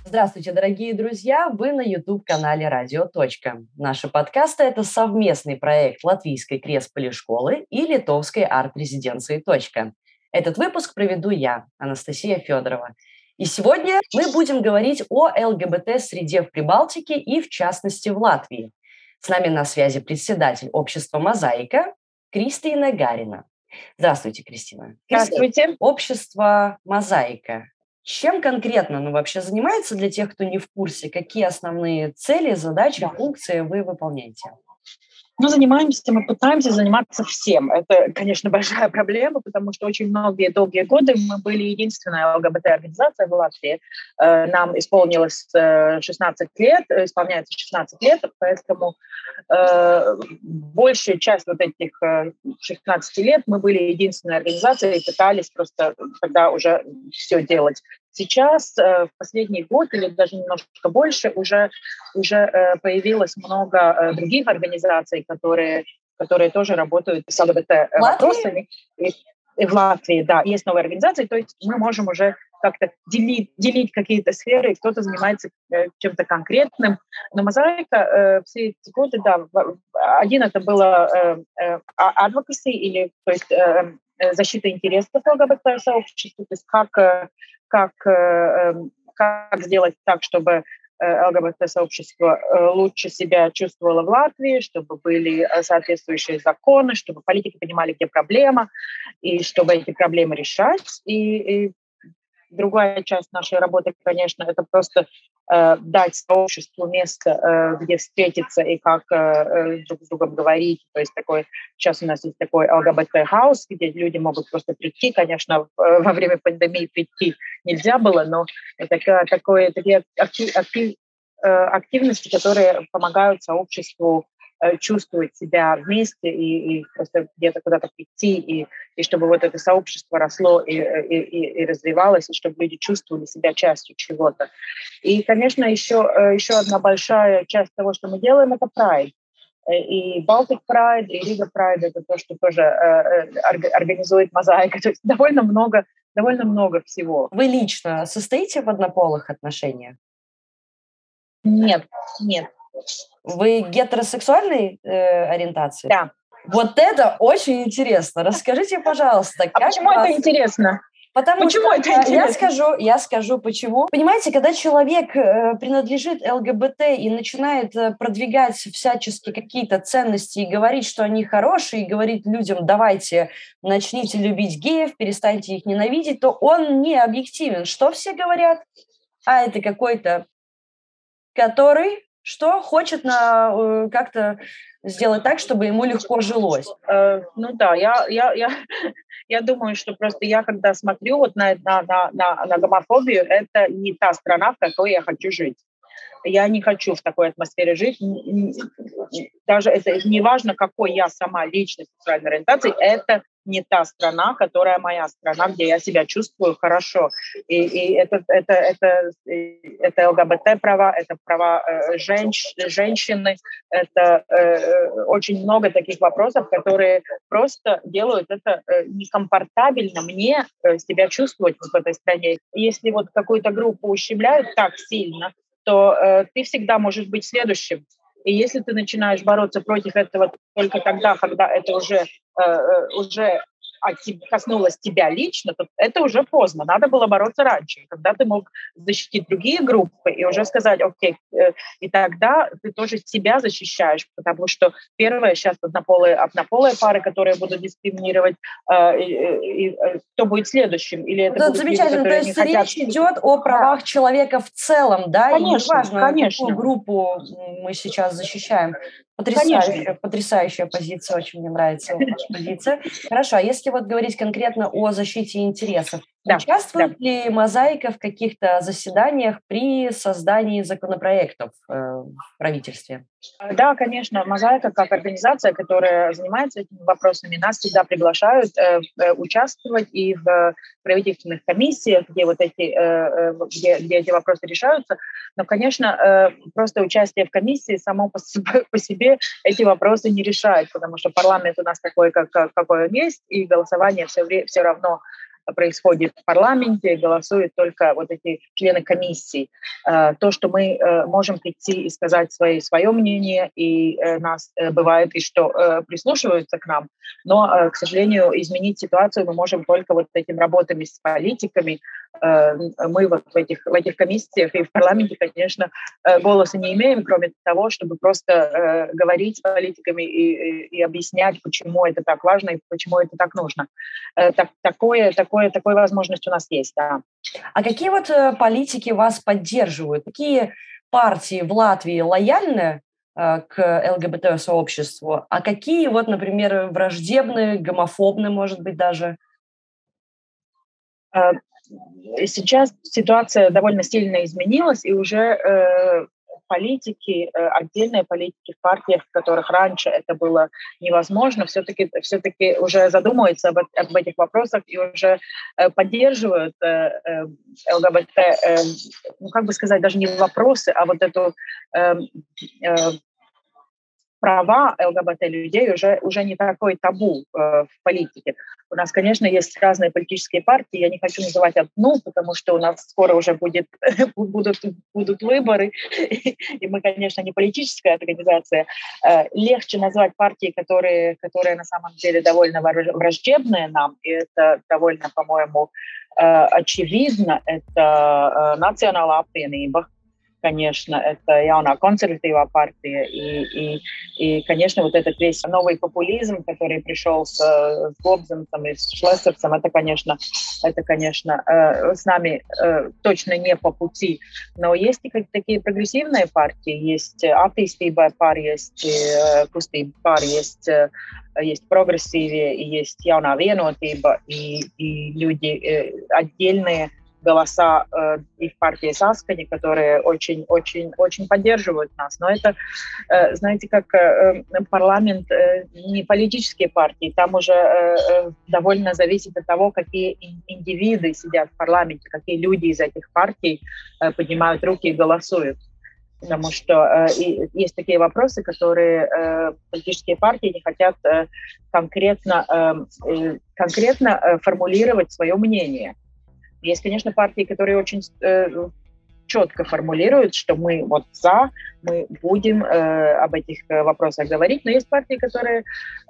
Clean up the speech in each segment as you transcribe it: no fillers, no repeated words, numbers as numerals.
Здравствуйте, дорогие друзья! Вы на YouTube-канале «Радио. Точка». Наши подкасты – это совместный проект Латвийской Кресполи-школы и Литовской арт-резиденции «Точка». Этот выпуск проведу я, Анастасия Федорова. И сегодня мы будем говорить о ЛГБТ-среде в Прибалтике и, в частности, в Латвии. С нами на связи председатель общества «Мозаика» Кристина Гарина. Здравствуйте, Кристина. Здравствуйте. Общество «Мозаика». Чем конкретно оно вообще занимается для тех, кто не в курсе? Какие основные цели, задачи, функции вы выполняете? Мы пытаемся заниматься всем. Это, конечно, большая проблема, потому что очень многие долгие годы мы были единственная ЛГБТ-организация в Латвии. Нам исполнилось 16 лет, исполняется 16 лет, поэтому большая часть вот этих 16 лет мы были единственной организацией и пытались просто тогда уже все делать. Сейчас, в последний год или даже немножко больше, уже появилось много других организаций, которые тоже работают с ЛГБТ-вопросами. И в Латвии, да, есть новые организации, то есть мы можем уже как-то делить какие-то сферы, кто-то занимается чем-то конкретным. Но «Мозаика» все эти годы, да, один это было advocacy, или, то есть защита интересов ЛГБТ-сообщества, то есть как сделать так, чтобы ЛГБТ-сообщество лучше себя чувствовало в Латвии, чтобы были соответствующие законы, чтобы политики понимали, где проблема, и чтобы эти проблемы решать. И другая часть нашей работы, конечно, это просто дать сообществу место, где встретиться и как друг с другом говорить. То есть сейчас у нас есть такой ЛГБТ-хаус, где люди могут просто прийти. Конечно, во время пандемии прийти нельзя было, но такие активности, которые помогают сообществу чувствовать себя вместе и просто где-то куда-то прийти, и чтобы вот это сообщество росло и развивалось, и чтобы люди чувствовали себя частью чего-то. И, конечно, еще одна большая часть того, что мы делаем, это Pride. И Baltic Pride, и Riga Pride — это то, что тоже организует «Мозаика». То есть довольно много всего. Вы лично состоите в однополых отношениях? Нет. Вы гетеросексуальной ориентации? Да. Вот это очень интересно. Расскажите, пожалуйста, как почему это интересно? Почему это интересно? Я скажу, почему. Понимаете, когда человек принадлежит ЛГБТ и начинает продвигать всячески какие-то ценности и говорить, что они хорошие, и говорить людям: давайте начните любить геев, перестаньте их ненавидеть, то он не объективен. Что все говорят? А это какой-то, который что хочет как-то сделать так, чтобы ему легко жилось. Ну да, я думаю, что просто я, когда смотрю вот на гомофобию, это не та страна, в какой я хочу жить. Я не хочу в такой атмосфере жить. Даже это не важно, какой я сама личность сексуальной ориентации, это не та страна, которая моя страна, где я себя чувствую хорошо. И это ЛГБТ-права, это права женщины, это очень много таких вопросов, которые просто делают это некомфортабельно мне себя чувствовать в этой стране. Если вот какую-то группу ущемляют так сильно, то ты всегда можешь быть следующим. И если ты начинаешь бороться против этого только тогда, когда это уже коснулось тебя лично, то это уже поздно. Надо было бороться раньше, когда ты мог защитить другие группы и уже сказать: окей, и тогда ты тоже себя защищаешь, потому что первое, сейчас однополые пары, которые будут дискриминировать, кто будет следующим? Или это будут замечательно. люди, То есть речь идет о правах человека в целом, да? Конечно, и неважно, какую группу мы сейчас защищаем. Потрясающая позиция, очень мне нравится ваша позиция. Хорошо, а если вот говорить конкретно о защите интересов, участвует ли «Мозаика» в каких-то заседаниях при создании законопроектов в правительстве? Да, конечно. «Мозаика» как организация, которая занимается этими вопросами, нас всегда приглашают участвовать и в правительственных комиссиях, где эти вопросы решаются. Но, конечно, просто участие в комиссии само по себе эти вопросы не решает, потому что парламент у нас такой, какой он есть, и голосование все равно происходит в парламенте, голосуют только вот эти члены комиссий. То, что мы можем прийти и сказать свое мнение, и нас бывает, и что прислушиваются к нам, но, к сожалению, изменить ситуацию мы можем только вот этим работами с политиками. Мы вот в этих комиссиях и в парламенте, конечно, голоса не имеем, кроме того, чтобы просто говорить с политиками и объяснять, почему это так важно и почему это так нужно. Такой возможность у нас есть, да. А какие вот политики вас поддерживают? Какие партии в Латвии лояльны к ЛГБТ-сообществу, а какие вот, например, враждебные, гомофобные, может быть, даже? Сейчас ситуация довольно сильно изменилась, и уже политики, отдельные политики в партиях, в которых раньше это было невозможно, все-таки уже задумываются об этих вопросах и уже поддерживают ЛГБТ, ну, как бы сказать, даже не вопросы, а вот эту права ЛГБТ-людей уже не такой табу в политике. У нас, конечно, есть разные политические партии. Я не хочу называть одну, потому что у нас скоро уже будут выборы, и мы, конечно, не политическая организация. Легче назвать партии, которые на самом деле довольно враждебные нам, и это довольно, по-моему, очевидно. Это Национālā apvienība, конечно, это Jaunā konservatīvā партия, и, конечно, вот этот весь новый популизм, который пришел с Гобземсом и с Шлессерсом, это, конечно, с нами точно не по пути. Но есть и такие прогрессивные партии, есть Attīstībai par, есть Kustība par, есть Progressīvie, и есть Jaunā vienotība, и люди отдельные, голоса и в партии Саскани, которые очень поддерживают нас. Но это, знаете, как парламент, не политические партии, там уже довольно зависит от того, какие индивиды сидят в парламенте, какие люди из этих партий поднимают руки и голосуют. Потому что есть такие вопросы, которые политические партии не хотят конкретно формулировать свое мнение. Есть, конечно, партии, которые очень четко формулируют, что мы вот за, мы будем об этих вопросах говорить, но есть партии, которые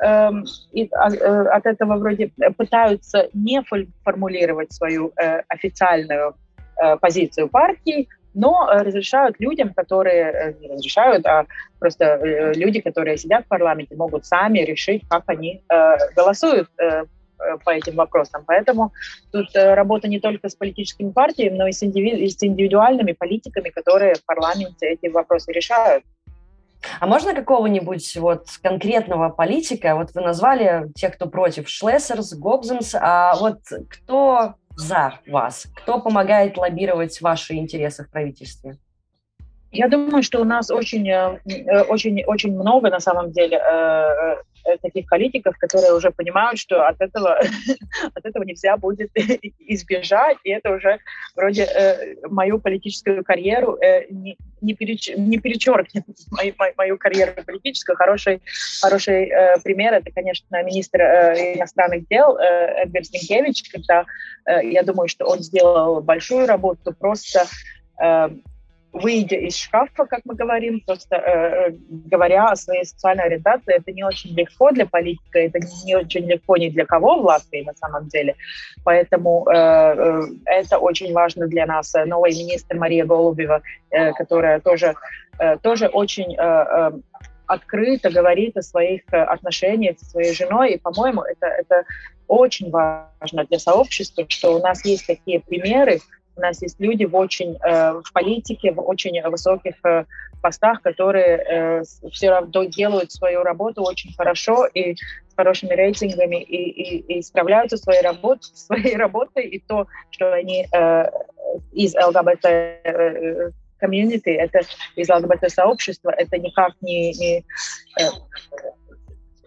от этого вроде пытаются не формулировать свою официальную позицию партии, но разрешают людям, которые не разрешают, а просто люди, которые сидят в парламенте, могут сами решить, как они голосуют по этим вопросам. Поэтому тут работа не только с политическими партиями, но и с индивидуальными политиками, которые в парламенте эти вопросы решают. А можно какого-нибудь вот конкретного политика, вот вы назвали тех, кто против, Шлессерс, Гобземс, а вот кто за вас, кто помогает лоббировать ваши интересы в правительстве? Я думаю, что у нас очень много, на самом деле, таких политиков, которые уже понимают, что от этого нельзя будет избежать, и это уже вроде мою политическую карьеру не перечеркнет мою карьеру политическую. Хороший пример — это, конечно, министр иностранных дел Эдгарds Rinkēvičs, когда я думаю, что он сделал большую работу, просто выйдя из шкафа, как мы говорим, просто говоря о своей сексуальной ориентации. Это не очень легко для политика, это не очень легко ни для кого в Латвии на самом деле. Поэтому это очень важно для нас. Новый министр Мария Голубева, которая тоже очень открыто говорит о своих отношениях со своей женой. И, по-моему, это очень важно для сообщества, что у нас есть такие примеры. У нас есть люди в политике, в очень высоких постах, которые все равно делают свою работу очень хорошо и с хорошими рейтингами и справляются со своей работой. И то, что они из ЛГБТ комьюнити, это из ЛГБТ-сообщества, это никак не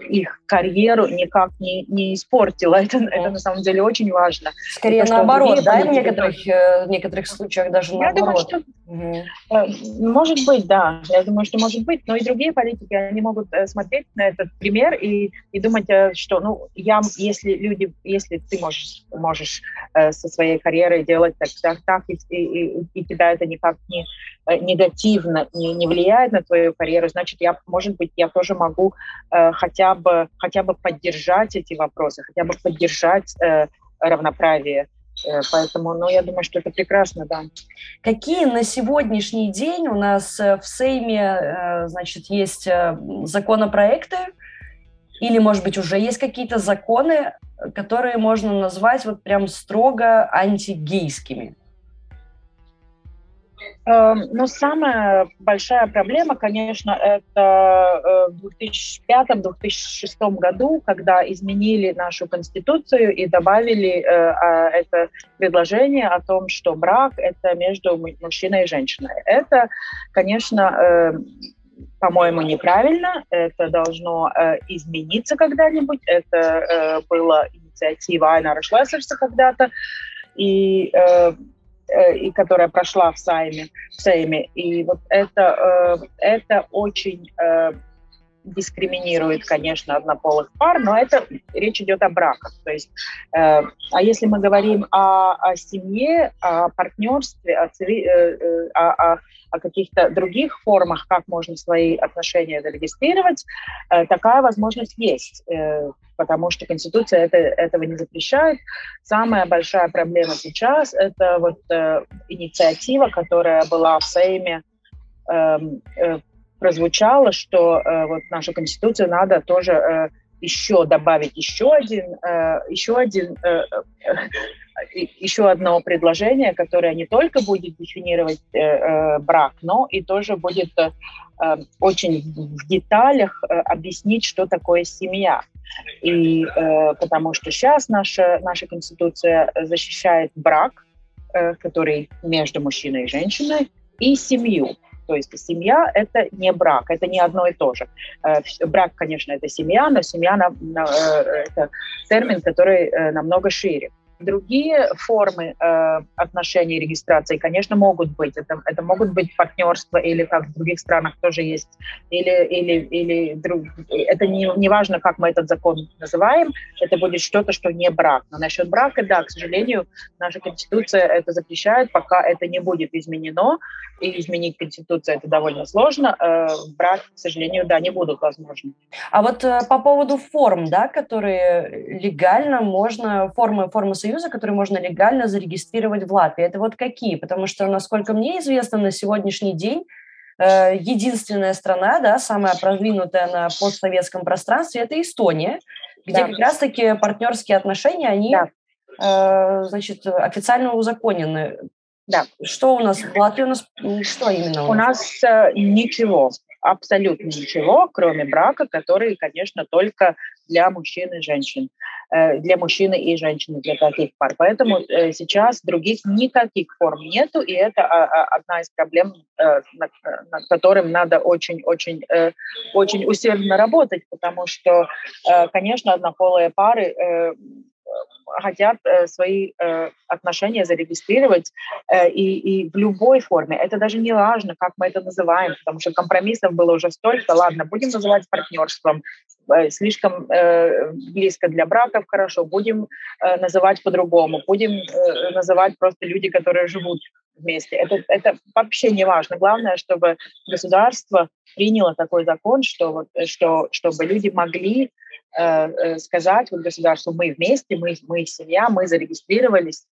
их карьеру никак не испортило. Это на самом деле очень важно. Скорее то, наоборот, да, в некоторых случаях даже я наоборот. Думаю, что, может быть, да. Я думаю, что может быть, но и другие политики, они могут смотреть на этот пример и думать, что, если ты можешь со своей карьерой делать так и тебя это никак не негативно не влияет на твою карьеру, значит, может быть, я тоже могу хотя бы поддержать эти вопросы, хотя бы поддержать равноправие. Поэтому, я думаю, что это прекрасно, да. Какие на сегодняшний день у нас в Сейме, значит, есть законопроекты, или, может быть, уже есть какие-то законы, которые можно назвать вот прям строго антигейскими? Самая большая проблема, конечно, это в 2005-2006 году, когда изменили нашу Конституцию и добавили это предложение о том, что брак – это между мужчиной и женщиной. Это, конечно, по-моему, неправильно. Это должно измениться когда-нибудь. Это была инициатива Айнара Шлессерса когда-то. И которая прошла в Сейме. И вот это очень дискриминирует, конечно, однополых пар, но это речь идет о браках. То есть, а если мы говорим о семье, о партнерстве, о каких-то других формах, как можно свои отношения зарегистрировать, такая возможность есть, потому что Конституция этого не запрещает. Самая большая проблема сейчас – это вот инициатива, которая была в Сейме, прозвучало, что вот нашу Конституцию надо тоже еще добавить еще одно предложение, которое не только будет дефинировать брак, но и тоже будет очень в деталях объяснить, что такое семья. И потому что сейчас наша Конституция защищает брак, который между мужчиной и женщиной, и семью. То есть семья – это не брак, это не одно и то же. Брак, конечно, это семья, но семья – это термин, который намного шире. Другие формы отношений и регистрации, конечно, могут быть. Это могут быть партнерства, или как в других странах тоже есть, это не важно, как мы этот закон называем, это будет что-то, что не брак. Но насчет брака, да, к сожалению, наша Конституция это запрещает, пока это не будет изменено, и изменить Конституцию это довольно сложно. Брак, к сожалению, да, не будут возможны. А вот по поводу форм, да, которые легально можно, формы Союза, которые можно легально зарегистрировать в Латвии, это вот какие? Потому что, насколько мне известно, на сегодняшний день единственная страна, да, самая продвинутая на постсоветском пространстве, это Эстония, где как раз-таки партнерские отношения, они, значит, официально узаконены. Да. Что у нас в Латвии? Что именно у нас? Ничего. Абсолютно ничего, кроме брака, который, конечно, только для мужчин и женщин. Для мужчины и женщины, для таких пар. Поэтому сейчас других никаких форм нету, и это одна из проблем, над которым надо очень усердно работать, потому что, конечно, однополые пары хотят свои отношения зарегистрировать и в любой форме. Это даже не важно, как мы это называем, потому что компромиссов было уже столько. Ладно, будем называть партнерством. Слишком близко для браков, хорошо. Будем называть по-другому. Будем называть просто люди, которые живут вместе. Это вообще не важно. Главное, чтобы государство приняло такой закон, чтобы люди могли сказать вот государству: мы вместе, мы семья, мы зарегистрировались,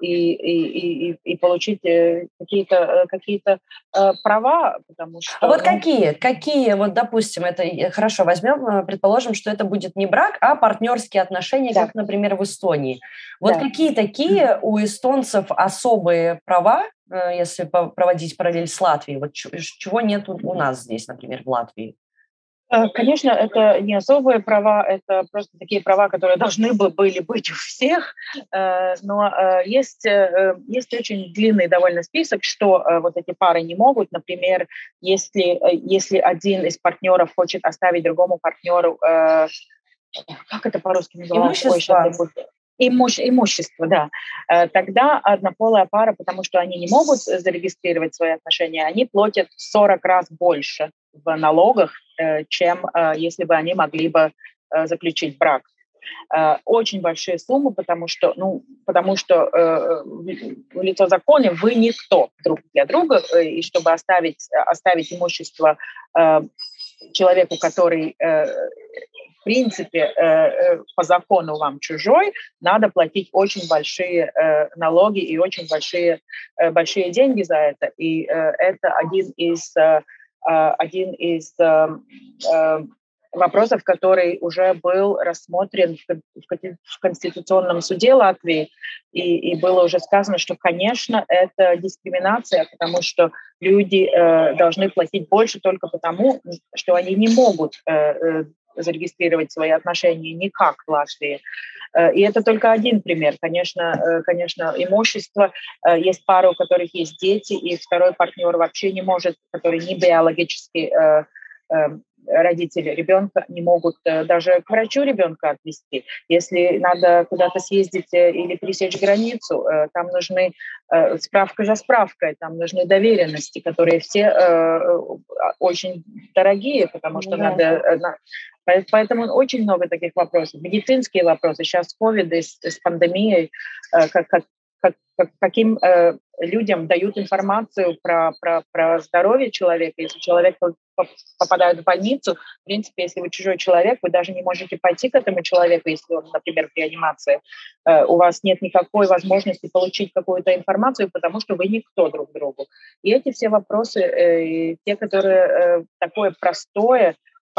и получить какие-то права, потому что... А вот какие, вот, допустим, это хорошо, возьмем, предположим, что это будет не брак, а партнерские отношения, как, например, в Эстонии. Вот какие такие у эстонцев особые права, если проводить параллель с Латвией, вот чего нет у нас здесь, например, в Латвии? Конечно, это не особые права, это просто такие права, которые должны бы были быть у всех. Но есть очень длинный довольно список, что вот эти пары не могут. Например, если один из партнеров хочет оставить другому партнеру, как это по-русски называется? Ой, сейчас Имущество. я буду. Имущество, да. Тогда однополая пара, потому что они не могут зарегистрировать свои отношения, они платят в 40 раз больше в налогах, чем если бы они могли бы заключить брак. Очень большие суммы, потому что в лицо закона вы никто друг для друга, и чтобы оставить имущество человеку, который в принципе по закону вам чужой, надо платить очень большие налоги и очень большие деньги за это. И это один из вопросов, который уже был рассмотрен в Конституционном суде Латвии, и было уже сказано, что, конечно, это дискриминация, потому что люди должны платить больше только потому, что они не могут зарегистрировать свои отношения никак в Латвии. И это только один пример. Конечно, имущество. Есть пары, у которых есть дети, и второй партнер вообще не может, который не биологически родители ребенка не могут даже к врачу ребенка отвезти. Если надо куда-то съездить или пересечь границу, там нужны справка за справкой, там нужны доверенности, которые все очень дорогие, потому что Поэтому очень много таких вопросов. Медицинские вопросы. Сейчас с ковид, с пандемией, каким людям дают информацию про здоровье человека. Если человек попадает в больницу, в принципе, если вы чужой человек, вы даже не можете пойти к этому человеку, если он, например, в реанимации. У вас нет никакой возможности получить какую-то информацию, потому что вы никто друг другу. И эти все вопросы, те, которые такое простое,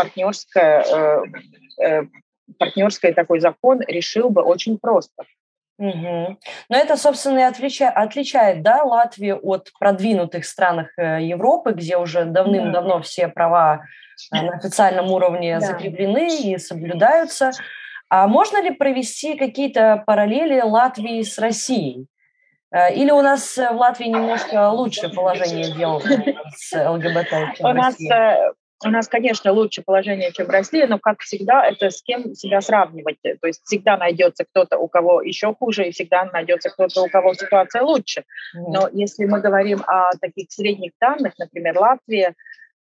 партнерский такой закон решил бы очень просто. Угу. Но это, собственно, и отличает, да, Латвию от продвинутых стран Европы, где уже давным-давно все права на официальном уровне закреплены и соблюдаются. А можно ли провести какие-то параллели Латвии с Россией? Или у нас в Латвии немножко лучше положение дел с ЛГБТ, чем в России? У нас, конечно, лучше положение, чем в России, но, как всегда, это с кем себя сравнивать. То есть всегда найдется кто-то, у кого еще хуже, и всегда найдется кто-то, у кого ситуация лучше. Но если мы говорим о таких средних данных, например, Латвия,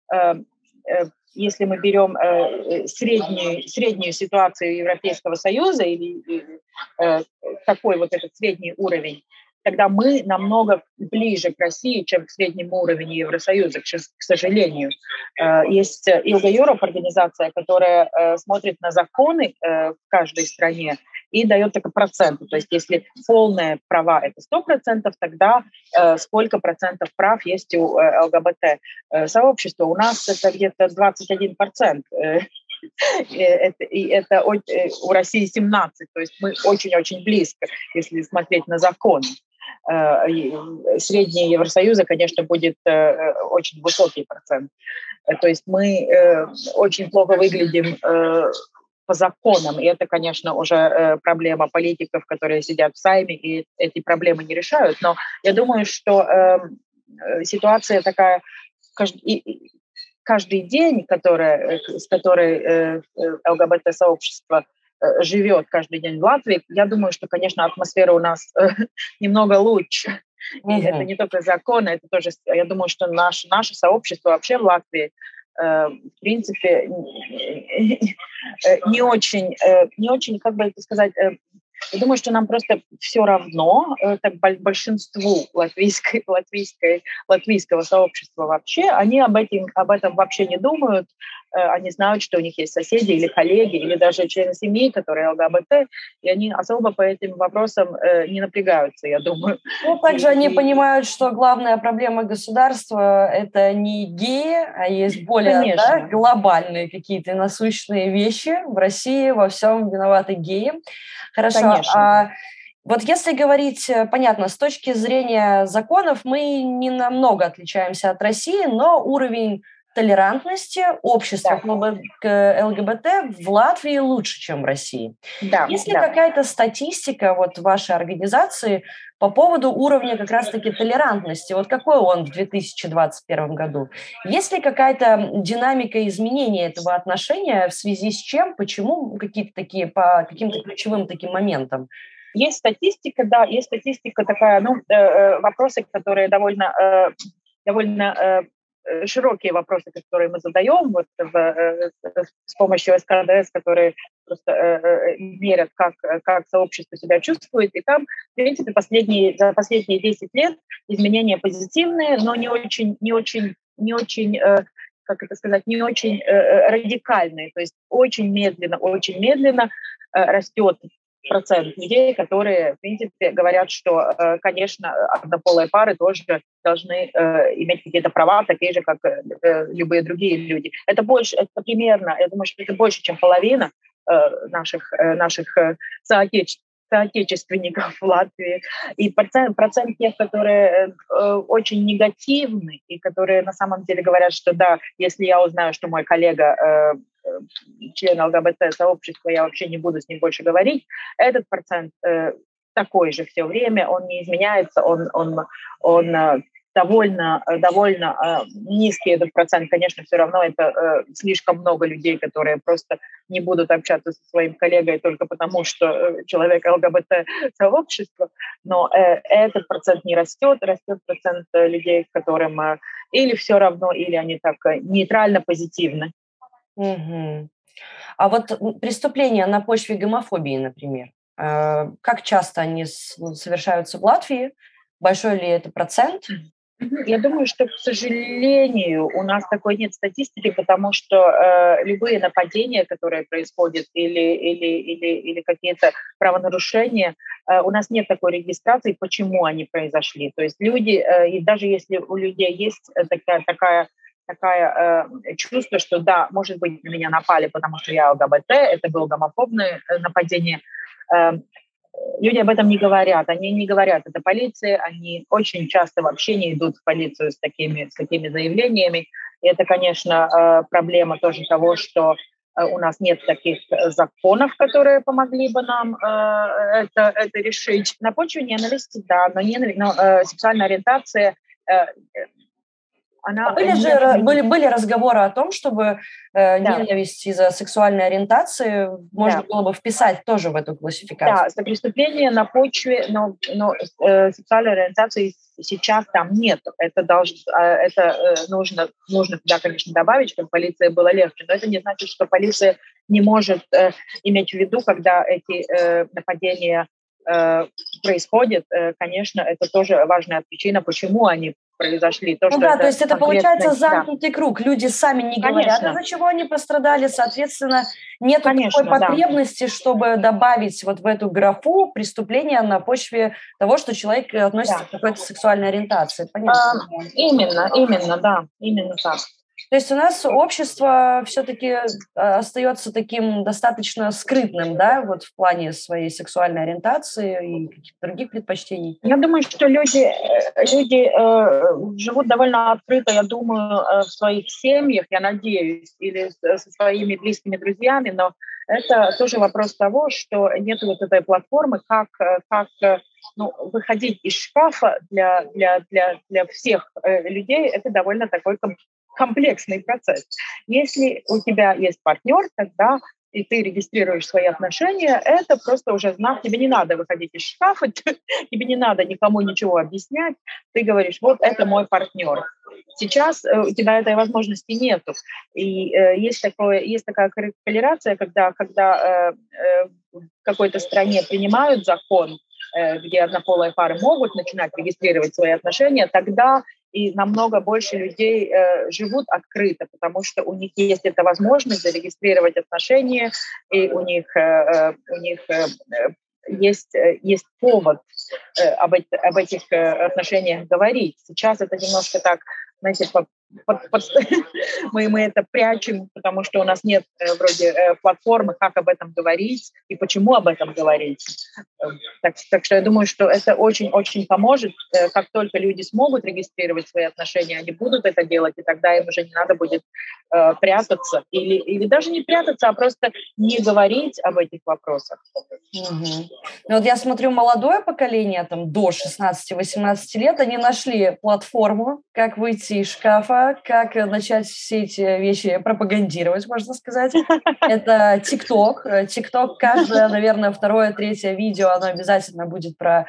если мы берем среднюю ситуацию Европейского Союза или такой вот этот средний уровень, тогда мы намного ближе к России, чем к среднему уровню Евросоюза, к сожалению. Есть ILGA Europe, организация, которая смотрит на законы в каждой стране и дает только проценты. То есть если полные права – это 100%, тогда сколько процентов прав есть у ЛГБТ-сообщества? У нас это где-то 21%. Это у России 17%. То есть мы очень-очень близко, если смотреть на законы. Средний Евросоюза, конечно, будет очень высокий процент. То есть мы очень плохо выглядим по законам, и это, конечно, уже проблема политиков, которые сидят в Сайме, и эти проблемы не решают. Но я думаю, что ситуация такая каждый день, с которой ЛГБТ-сообщество живет каждый день в Латвии, я думаю, что, конечно, атмосфера у нас немного лучше. И это не только законы, это тоже, я думаю, что наше сообщество вообще в Латвии, в принципе, не очень, как бы это сказать, я думаю, что нам просто все равно, так большинству латвийского сообщества вообще, они об этом вообще не думают. Они знают, что у них есть соседи или коллеги, или даже члены семьи, которые ЛГБТ, и они особо по этим вопросам не напрягаются, я думаю. Ну, также они понимают, что главная проблема государства – это не геи, а есть более глобальные какие-то насущные вещи. В России во всем виноваты геи. Хорошо. Конечно. Вот если говорить, понятно, с точки зрения законов, мы не намного отличаемся от России, но уровень толерантности общества Да. к ЛГБТ в Латвии лучше, чем в России. Да, Есть ли да. какая-то статистика вот вашей организации по поводу уровня как раз-таки толерантности? Вот какой он в 2021 году? Есть ли какая-то динамика изменения этого отношения, в связи с чем, почему, какие-то такие по каким-то ключевым таким моментам? Есть статистика, да, есть статистика такая, ну, вопросы, которые довольно широкие вопросы, которые мы задаем вот с помощью СКДС, которые просто мерят, как сообщество себя чувствует. И там, в принципе, за последние 10 лет изменения позитивные, но не очень, как это сказать, не очень радикальные. То есть очень медленно растет процент людей, которые, в принципе, говорят, что, конечно, однополые пары тоже должны иметь какие-то права, такие же, как любые другие люди. Это больше, это примерно, я думаю, что это больше, чем половина наших соотечественников в Латвии. И процент тех, которые очень негативны и которые на самом деле говорят, что да, если я узнаю, что мой коллега член ЛГБТ-сообщества, я вообще не буду с ним больше говорить, этот процент такой же все время, он не изменяется, он довольно низкий этот процент. Конечно, все равно это слишком много людей, которые просто не будут общаться со своим коллегой только потому, что человек ЛГБТ-сообщества, но этот процент не растет, растет процент людей, которым или все равно, или они так нейтрально позитивны. Мгм. А вот преступления на почве гомофобии, например, как часто они совершаются в Латвии? Большой ли это процент? Я думаю, что, к сожалению, у нас такой нет статистики, потому что любые нападения, которые происходят, или какие-то правонарушения, у нас нет такой регистрации, почему они произошли. То есть люди, и даже если у людей есть такая чувство, что да, может быть, на меня напали, потому что я ЛГБТ, это было гомофобное нападение, э, люди об этом не говорят. Они не говорят это полиции, они очень часто вообще не идут в полицию с такими заявлениями. И это, конечно, проблема тоже того, что у нас нет таких законов, которые помогли бы нам это решить. На почве ненависти, да, но сексуальная ориентация, А она были же нет. были разговоры о том, чтобы Да, ненависть из-за сексуальной ориентации можно да. было бы вписать тоже в эту классификацию? Да, за преступление на почве, но сексуальной ориентации сейчас там нет. Нужно туда, конечно, добавить, чтобы полиции было легче. Но это не значит, что полиция не может иметь в виду, когда эти нападения происходят. Конечно, это тоже важная причина, почему они произошли. То, Ну что да, то это есть это конкретно, получается да, замкнутый круг. Люди сами не говорят, конечно, из-за чего они пострадали, соответственно, нету такой конечно, да. потребности, чтобы добавить вот в эту графу преступления на почве того, что человек относится Да. к какой-то сексуальной ориентации. Понятно. Именно, да, именно так. То есть у нас общество все-таки остается таким достаточно скрытным, да, вот в плане своей сексуальной ориентации и каких-то других предпочтений. Я думаю, что люди живут довольно открыто, я думаю, в своих семьях, я надеюсь, или со своими близкими друзьями, но это тоже вопрос того, что нет вот этой платформы, как выходить из шкафа для всех людей. Это довольно такой комплексный процесс. Если у тебя есть партнер, тогда и ты регистрируешь свои отношения, это просто уже знак, тебе не надо выходить из шкафа, тебе не надо никому ничего объяснять, ты говоришь, вот это мой партнер. Сейчас у тебя этой возможности нету. И есть такая корреляция, когда в какой-то стране принимают закон, где однополые пары могут начинать регистрировать свои отношения, тогда и намного больше людей живут открыто, потому что у них есть эта возможность зарегистрировать отношения, и у них есть повод об этих отношениях говорить. Сейчас это немножко так, знаете, мы это прячем, потому что у нас нет вроде платформы, как об этом говорить и почему об этом говорить. Так что я думаю, что это очень-очень поможет. Как только люди смогут регистрировать свои отношения, они будут это делать, и тогда им уже не надо будет прятаться. Или даже не прятаться, а просто не говорить об этих вопросах. Угу. Ну, вот я смотрю, молодое поколение, там, до 16-18 лет, они нашли платформу, как выйти из шкафа, как начать все эти вещи пропагандировать, можно сказать. Это ТикТок. ТикТок, каждое, наверное, второе, третье видео, оно обязательно будет про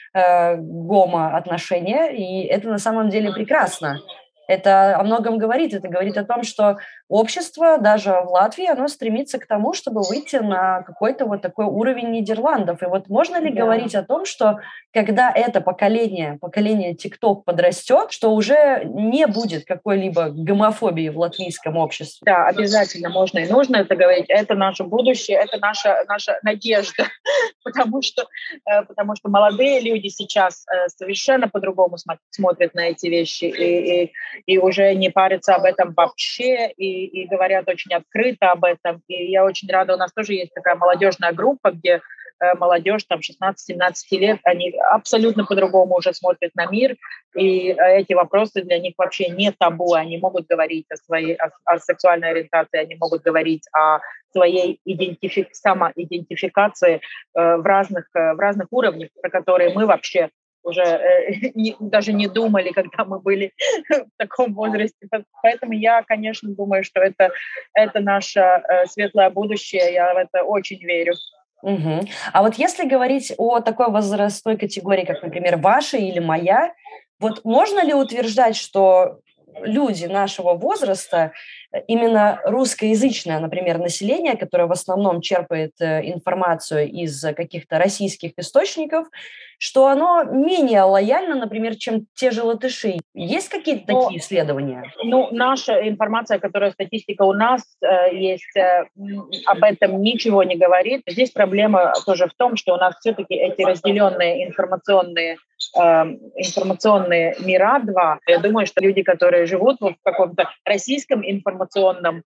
гомоотношения, и это на самом деле прекрасно. Это о многом говорит. Это говорит о том, что общество, даже в Латвии, оно стремится к тому, чтобы выйти на какой-то вот такой уровень Нидерландов. И вот можно ли говорить о том, что когда это поколение TikTok подрастет, что уже не будет какой-либо гомофобии в латвийском обществе? Да, обязательно можно и нужно это говорить. Это наше будущее, это наша надежда. Потому что молодые люди сейчас совершенно по-другому смотрят на эти вещи и уже не парятся об этом вообще, и говорят очень открыто об этом. И я очень рада, у нас тоже есть такая молодежная группа, где молодежь там 16-17 лет, они абсолютно по-другому уже смотрят на мир, и эти вопросы для них вообще не табу. Они могут говорить о сексуальной ориентации, они могут говорить о своей самоидентификации в разных уровнях, про которые мы вообще уже даже не думали, когда мы были в таком возрасте. Поэтому я, конечно, думаю, что это наше светлое будущее. Я в это очень верю. Угу. А вот если говорить о такой возрастной категории, как, например, ваша или моя, вот можно ли утверждать, что люди нашего возраста, именно русскоязычное, например, население, которое в основном черпает информацию из каких-то российских источников, что оно менее лояльно, например, чем те же латыши? Есть какие-то такие исследования? Наша информация, статистика у нас есть, об этом ничего не говорит. Здесь проблема тоже в том, что у нас все-таки эти разделенные информационные мира два. Я думаю, что люди, которые живут в каком-то российском информационном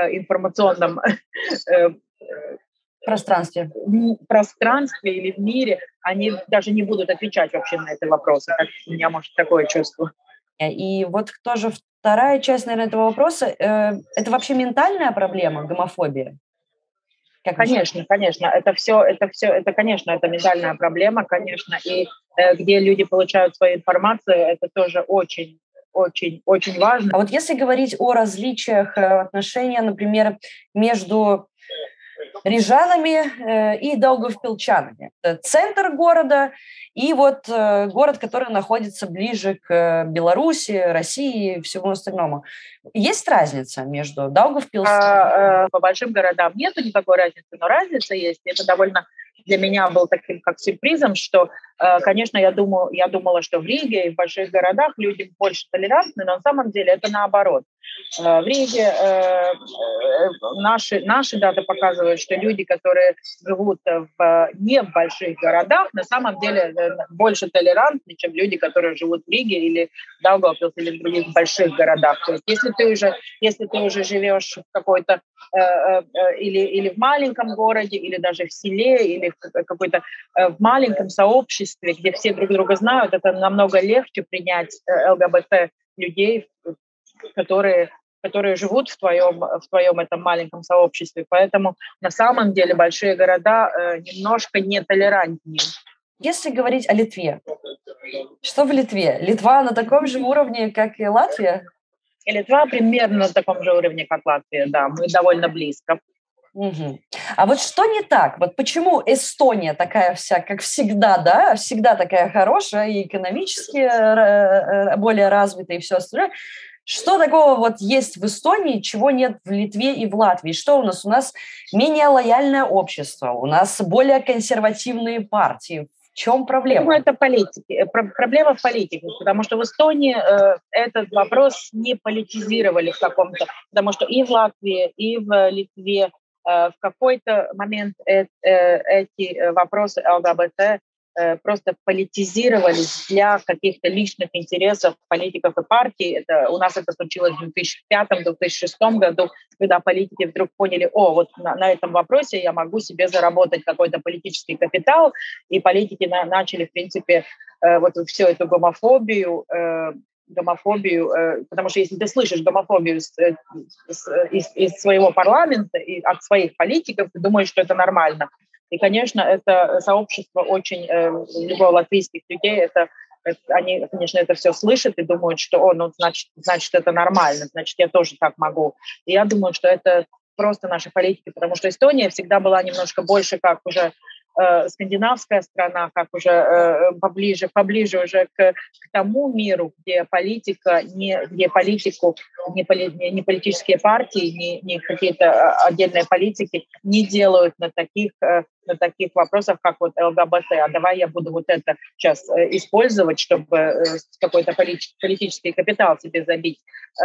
пространстве или в мире, они даже не будут отвечать вообще на эти вопросы. У меня, может, такое чувство. И вот тоже вторая часть, наверное, этого вопроса, это вообще ментальная проблема, гомофобия? Конечно. Это, конечно, это ментальная проблема, конечно. И где люди получают свою информацию, это тоже очень важно. А вот если говорить о различиях отношения, например, между рижанами и даугавпилчанами. Это центр города и вот город, который находится ближе к Беларуси, России и всему остальному. Есть разница между Даугавпилсом? По большим городам нету никакой разницы, но разница есть. Это довольно для меня был таким как сюрпризом, что, конечно, я думала, что в Риге и в больших городах люди больше толерантны, но на самом деле это наоборот. В Риге наши даты показывают, что люди, которые живут не в больших городах, на самом деле больше толерантны, чем люди, которые живут в Риге или в Даугавпилсе или в других больших городах. То есть если ты уже живешь в какой-то или в маленьком городе, или даже в селе, или в какой-то в маленьком сообществе, где все друг друга знают, это намного легче принять ЛГБТ людей, которые живут в твоем этом маленьком сообществе. Поэтому на самом деле большие города немножко нетолерантнее. Если говорить о Литве, что в Литве? Литва на таком же уровне, как и Латвия? И Литва примерно на таком же уровне, как Латвия, да, мы довольно близко. Угу. А вот что не так? Вот почему Эстония такая вся, как всегда, да, всегда такая хорошая и экономически более развитая и все остальное? Что такого вот есть в Эстонии, чего нет в Литве и в Латвии? Что у нас? У нас менее лояльное общество, у нас более консервативные партии. В чем проблема? Я думаю, это политики. Проблема в политике, потому что в Эстонии этот вопрос не политизировали в каком-то, потому что и в Латвии, и в Литве в какой-то момент эти вопросы ЛГБТ просто политизировались для каких-то личных интересов политиков и партий. У нас это случилось в 2005-2006 году, когда политики вдруг поняли, вот на этом вопросе я могу себе заработать какой-то политический капитал, и политики начали, в принципе, вот всю эту гомофобию, потому что если ты слышишь гомофобию из своего парламента и от своих политиков, ты думаешь, что это нормально. И, конечно, это сообщество очень, латвийских людей, они, конечно, это все слышат и думают, что, значит, это нормально, значит, я тоже так могу. И я думаю, что это просто наши политики, потому что Эстония всегда была немножко больше как уже скандинавская страна, как уже поближе уже к тому миру, где политика, где политику, не политические партии, не какие-то отдельные политики не делают на таких вопросах, как вот ЛГБТ. А давай я буду вот это сейчас использовать, чтобы какой-то политический капитал себе забить.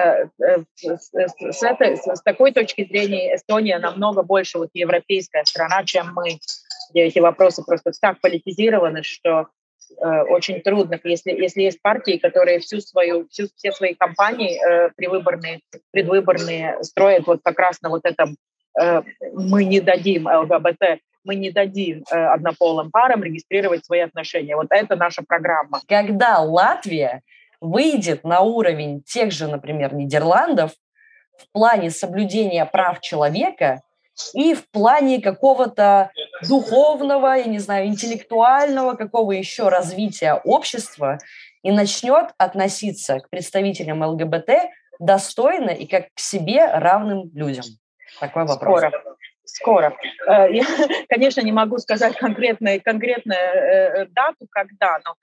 С такой точки зрения Эстония намного больше вот европейская страна, чем мы, где эти вопросы просто так политизированы, что очень трудно. Если есть партии, которые все свои кампании предвыборные строят вот как раз на вот этом «мы не дадим ЛГБТ», мы не дадим однополым парам регистрировать свои отношения. Вот это наша программа. Когда Латвия выйдет на уровень тех же, например, Нидерландов в плане соблюдения прав человека и в плане какого-то духовного, я не знаю, интеллектуального, какого еще развития общества, и начнет относиться к представителям ЛГБТ достойно и как к себе равным людям? Такой вопрос. Скоро. Я, конечно, не могу сказать конкретную дату, когда, но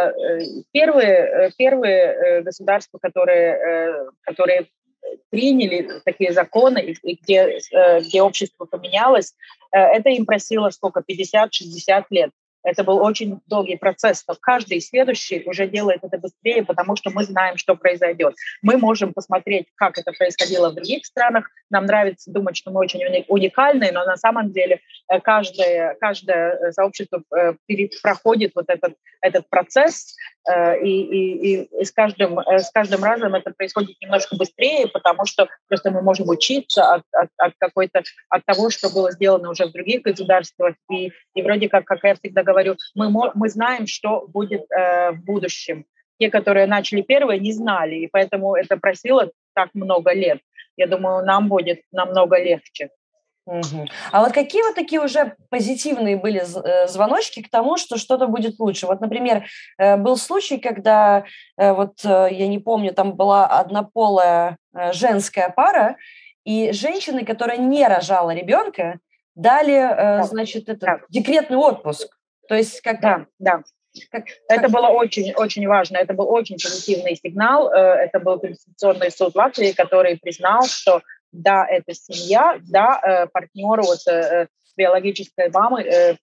первые государства, которые приняли такие законы, и где общество поменялось, это им просило сколько, 50-60 лет. Это был очень долгий процесс, но каждый следующий уже делает это быстрее, потому что мы знаем, что произойдет. Мы можем посмотреть, как это происходило в других странах. Нам нравится думать, что мы очень уникальны, но на самом деле каждое сообщество проходит вот этот процесс, и с каждым разом это происходит немножко быстрее, потому что просто мы можем учиться от того, что было сделано уже в других государствах. И вроде как я всегда говорю, мы знаем, что будет в будущем. Те, которые начали первые, не знали, и поэтому это просило так много лет. Я думаю, нам будет намного легче. Угу. А вот какие вот такие уже позитивные были звоночки к тому, что что-то будет лучше? Вот, например, был случай, когда, я не помню, там была однополая женская пара, и женщины, которая не рожала ребенка, дали, декретный отпуск. То есть Да. Это было очень, очень важно. Это был очень позитивный сигнал. Это был Конституционный суд Латвии, который признал, что да, это семья, да, партнеру биологической мамы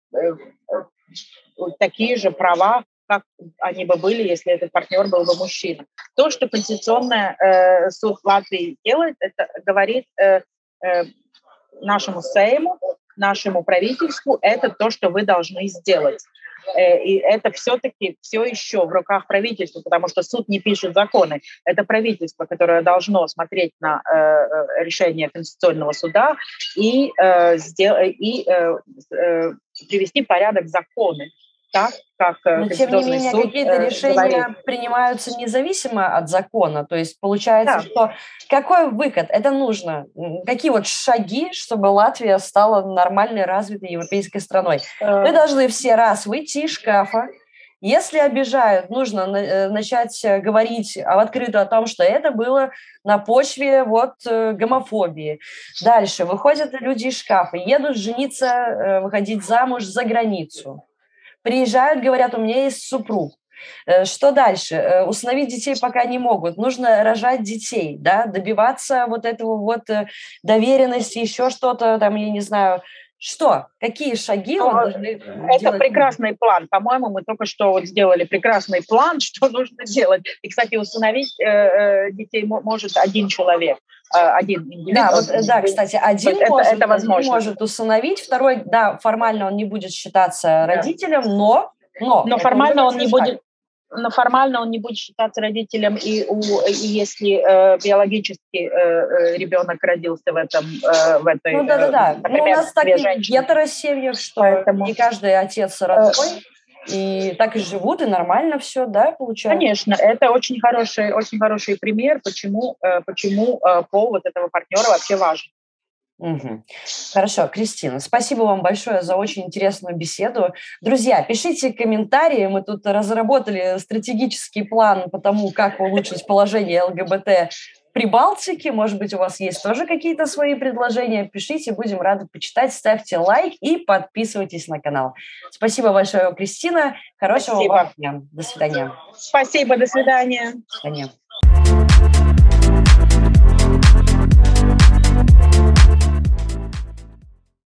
такие же права, как они бы были, если этот партнер был бы мужчина. То, что Конституционный суд Латвии делает, это говорит нашему Сейму, нашему правительству, это то, что вы должны сделать. И это все-таки все еще в руках правительства, потому что суд не пишет законы. Это правительство, которое должно смотреть на решение Конституционного суда и привести в порядок законы. Так, как но, тем не менее, какие-то решения принимаются независимо от закона. То есть получается, что какой выход? Это нужно. Какие вот шаги, чтобы Латвия стала нормальной, развитой европейской страной? Мы должны все раз выйти из шкафа. Если обижают, нужно начать говорить открыто о том, что это было на почве гомофобии. Дальше выходят люди из шкафа, едут жениться, выходить замуж за границу. Приезжают, говорят, у меня есть супруг. Что дальше? Усыновить детей пока не могут. Нужно рожать детей, да, добиваться этого доверенности, еще что-то, там, я не знаю. Что? Какие шаги он должны делать? Это прекрасный план. По-моему, мы только что сделали прекрасный план, что нужно делать. И, кстати, усыновить детей может один человек. Один индивид. Да, кстати, один может усыновить, второй, да, формально он не будет считаться родителем, но Но формально он не будет. Но формально он не будет считаться родителем, и если биологически ребенок родился в этой... Ну да. Например, у нас так и в гетеросемьях, что поэтому... не каждый отец родной, и так и живут, и нормально все, да, получается? Конечно, это очень хороший пример, почему пол вот этого партнера вообще важен. Угу. Хорошо, Кристина, спасибо вам большое за очень интересную беседу. Друзья, пишите комментарии, мы тут разработали стратегический план по тому, как улучшить положение ЛГБТ в Прибалтике. Может быть, у вас есть тоже какие-то свои предложения. Пишите, будем рады почитать. Ставьте лайк и подписывайтесь на канал. Спасибо большое, Кристина. Хорошего вам дня. До свидания. Спасибо, до свидания. До свидания.